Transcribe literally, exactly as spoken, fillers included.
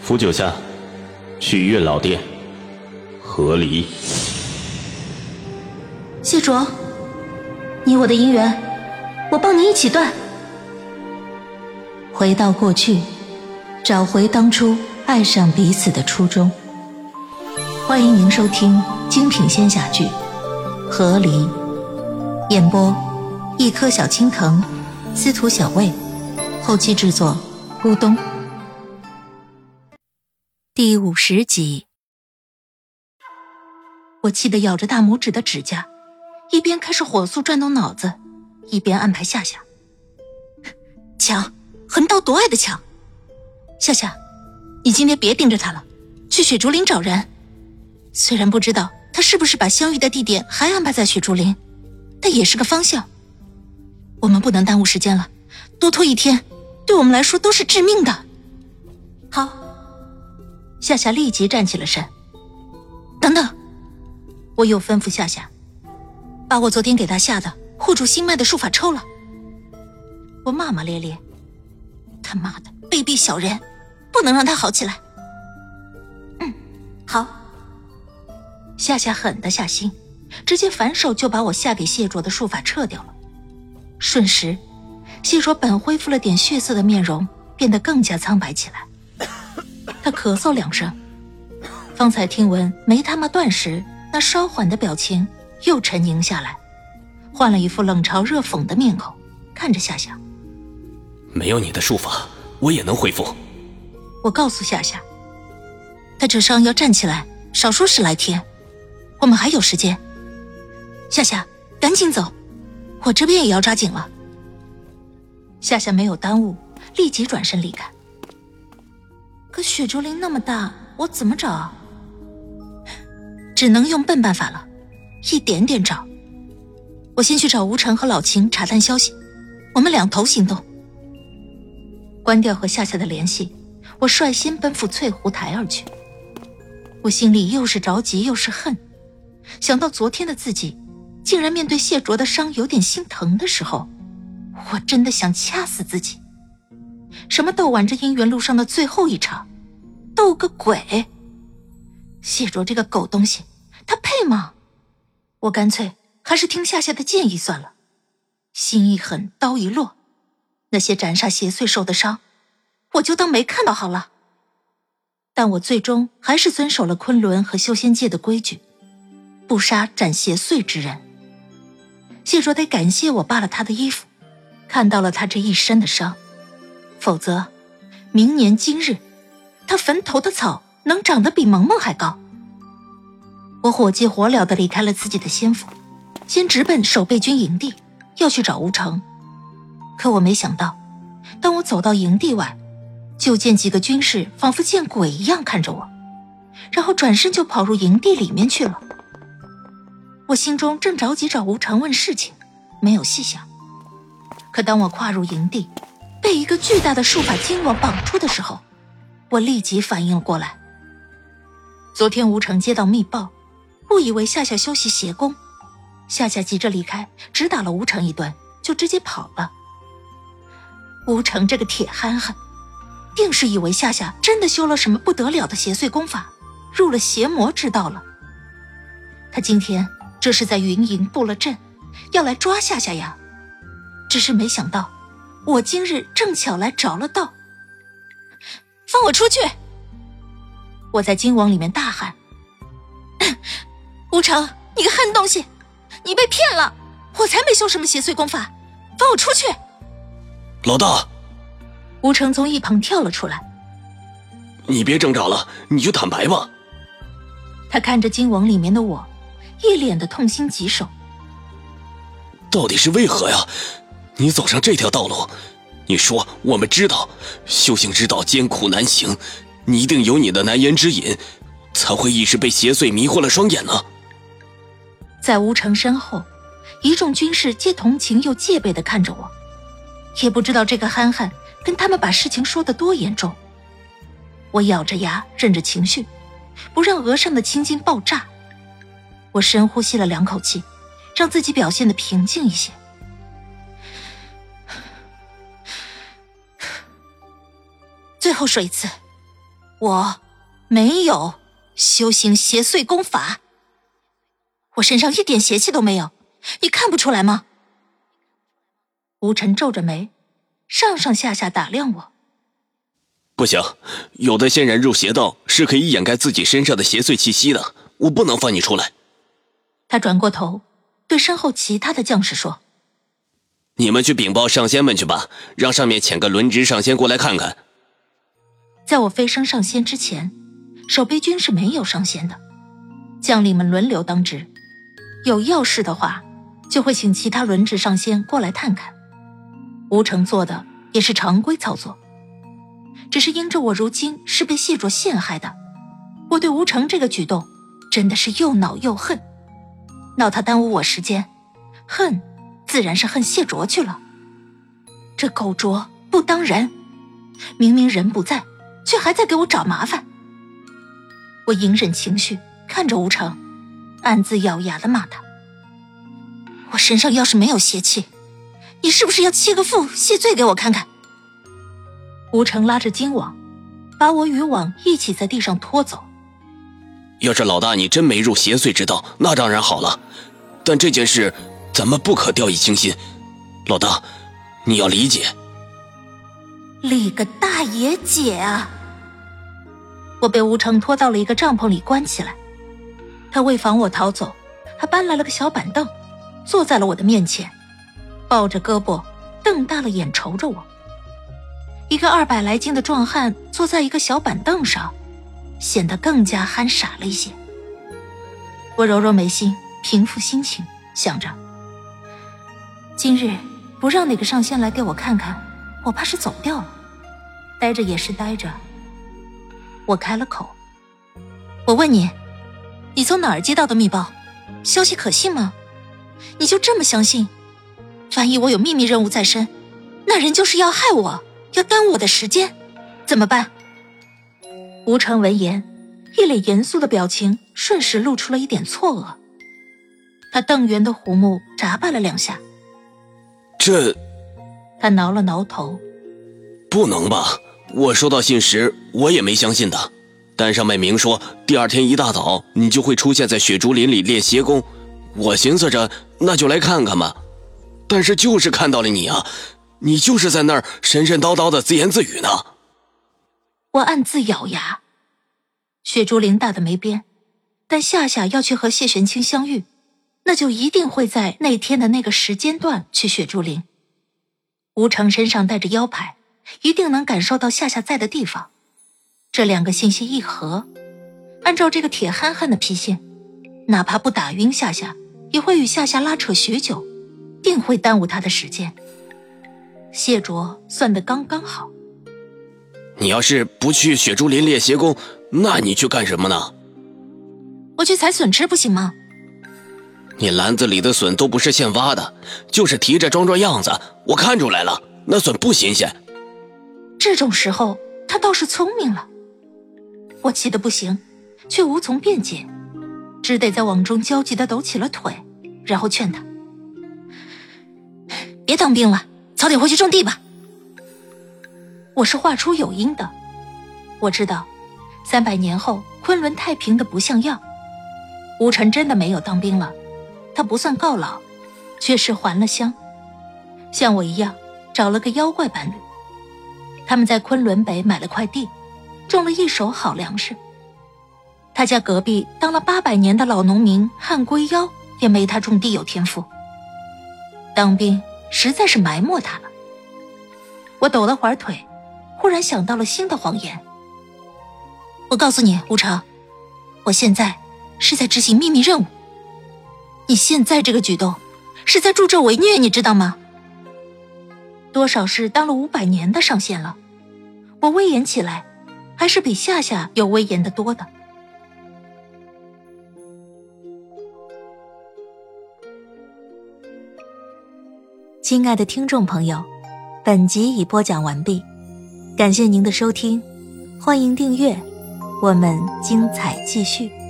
扶九下，去月老殿和离。 谢卓，你我的姻缘，我帮你一起断。回到过去，找回当初爱上彼此的初衷。欢迎您收听精品仙侠剧《和离》，演播一颗小青藤，司徒小卫，后期制作咕咚。第五十集。我气得咬着大拇指的指甲，一边开始火速转动脑子，一边安排夏夏。抢，横刀夺爱的抢。夏夏，你今天别盯着他了，去雪竹林找人。虽然不知道他是不是把相遇的地点还安排在雪竹林，但也是个方向。我们不能耽误时间了，多拖一天对我们来说都是致命的。好。夏夏立即站起了身。等等，我又吩咐夏夏，把我昨天给他下的护住心脉的术法抽了。我骂骂咧咧，他妈的卑鄙小人，不能让他好起来。嗯，好。夏夏狠得下心，直接反手就把我下给谢卓的术法撤掉了。瞬时，谢卓本恢复了点血色的面容变得更加苍白起来。他咳嗽两声，方才听闻没他妈断时那稍缓的表情又沉凝下来，换了一副冷嘲热讽的面孔，看着夏夏。 没有你的术法，我也能恢复。 我告诉夏夏，他这伤要站起来，少说十来天，我们还有时间。夏夏，赶紧走，我这边也要抓紧了。夏夏没有耽误，立即转身离开。可雪竹林那么大，我怎么找啊？只能用笨办法了，一点点找。我先去找吴成和老秦查探消息，我们两头行动。关掉和夏夏的联系，我率先奔赴翠湖台而去。我心里又是着急又是恨，想到昨天的自己竟然面对谢卓的伤有点心疼的时候，我真的想掐死自己。什么斗完这姻缘路上的最后一场，斗个鬼！谢卓这个狗东西，他配吗？我干脆还是听夏夏的建议算了。心一狠，刀一落，那些斩杀邪祟受的伤，我就当没看到好了。但我最终还是遵守了昆仑和修仙界的规矩，不杀斩邪祟之人。谢卓得感谢我扒了他的衣服，看到了他这一身的伤，否则明年今日他坟头的草能长得比萌萌还高。我火急火燎地离开了自己的仙府，先直奔守备军营地，要去找吴成。可我没想到，当我走到营地外，就见几个军士仿佛见鬼一样看着我，然后转身就跑入营地里面去了。我心中正着急找吴成问事情，没有细想。可当我跨入营地，被一个巨大的术法经络绑住的时候，我立即反应了过来。昨天吴成接到密报，误以为夏夏修习邪功，夏夏急着离开，只打了吴成一顿，就直接跑了。吴成这个铁憨憨，定是以为夏夏真的修了什么不得了的邪祟功法，入了邪魔之道了。他今天这是在云营布了阵，要来抓夏夏呀。只是没想到我今日正巧来着了道。放我出去！我在金网里面大喊：吴成，你个憨东西，你被骗了，我才没修什么邪祟功法，放我出去！ 老大！ 吴成从一旁跳了出来。 你别挣扎了，你就坦白吧。 他看着金网里面的我，一脸的痛心疾首。 到底是为何呀？你走上这条道路，你说我们知道修行之道艰苦难行，你一定有你的难言之隐，才会一时被邪祟迷惑了双眼呢。 在吴成身后，一众军士皆同情又戒备地看着我，也不知道这个憨憨跟他们把事情说得多严重。我咬着牙忍着情绪，不让额上的青筋爆炸。我深呼吸了两口气，让自己表现得平静一些。最后说一次， 我没有修行邪祟功法，我身上一点邪气都没有，你看不出来吗？吴尘皱着眉，上上下下打量我。 不行，有的仙人入邪道是可以掩盖自己身上的邪祟气息的，我不能放你出来。 他转过头，对身后其他的将士说： 你们去禀报上仙们去吧，让上面遣个轮值上仙过来看看。 在我飞升上仙之前，守备军是没有上仙的，将领们轮流当值，有要事的话就会请其他轮值上仙过来探看。吴成做的也是常规操作，只是因着我如今是被谢卓陷害的，我对吴成这个举动真的是又恼又恨。闹他耽误我时间，恨自然是恨谢卓去了。这狗拙不当人，明明人不在，却还在给我找麻烦。我隐忍情绪，看着吴成，暗自咬牙地骂他：我身上要是没有邪气，你是不是要切个腹谢罪给我看看？吴成拉着金网，把我与网一起在地上拖走。 要是老大你真没入邪祟之道，那当然好了，但这件事咱们不可掉以轻心，老大你要理解。 理个大爷解啊！我被吴成拖到了一个帐篷里关起来，他为防我逃走，还搬来了个小板凳，坐在了我的面前，抱着胳膊，瞪大了眼瞅着我。一个二百来斤的壮汉坐在一个小板凳上，显得更加憨傻了一些。我揉揉眉心，平复心情，想着今日不让哪个上仙来给我看看，我怕是走掉了，待着也是待着。我开了口：我问你，你从哪儿接到的密报？消息可信吗？你就这么相信？万一我有秘密任务在身，那人就是要害我，要耽误我的时间，怎么办？吴成闻言，一脸严肃的表情瞬时露出了一点错愕。他瞪圆的虎目眨巴了两下。 这…… 他挠了挠头。 不能吧，我收到信时我也没相信的，单上面明说第二天一大早你就会出现在雪竹林里练邪功，我寻思着那就来看看吧，但是就是看到了你啊，你就是在那儿神神叨叨的自言自语呢。 我暗自咬牙，雪竹林大的没边，但夏夏要去和谢玄清相遇，那就一定会在那天的那个时间段去雪竹林。吴成身上带着腰牌，一定能感受到夏夏在的地方。这两个信息一合，按照这个铁憨憨的脾性，哪怕不打晕夏夏，也会与夏夏拉扯许久，定会耽误他的时间。谢卓算得刚刚好。 你要是不去雪竹林练邪功，那你去干什么呢？ 我去采笋吃不行吗？ 你篮子里的笋都不是现挖的，就是提着装装样子，我看出来了，那笋不新鲜。 这种时候他倒是聪明了。我气得不行，却无从辩解，只得在网中焦急地抖起了腿，然后劝他别当兵了，早点回去种地吧。我是话出有因的，我知道三百年后昆仑太平的不像样。吴尘真的没有当兵了，他不算告老，却是还了乡，像我一样找了个妖怪伴侣。他们在昆仑北买了块地，种了一手好粮食。他家隔壁当了八百年的老农民汉龟妖也没他种地有天赋，当兵实在是埋没他了。我抖了会儿腿，忽然想到了新的谎言。我告诉你，吴成，我现在是在执行秘密任务。你现在这个举动是在助纣为虐，你知道吗？多少是当了五百年的上仙了，我威严起来还是比夏夏有威严的多的。亲爱的听众朋友，本集已播讲完毕，感谢您的收听，欢迎订阅，我们精彩继续。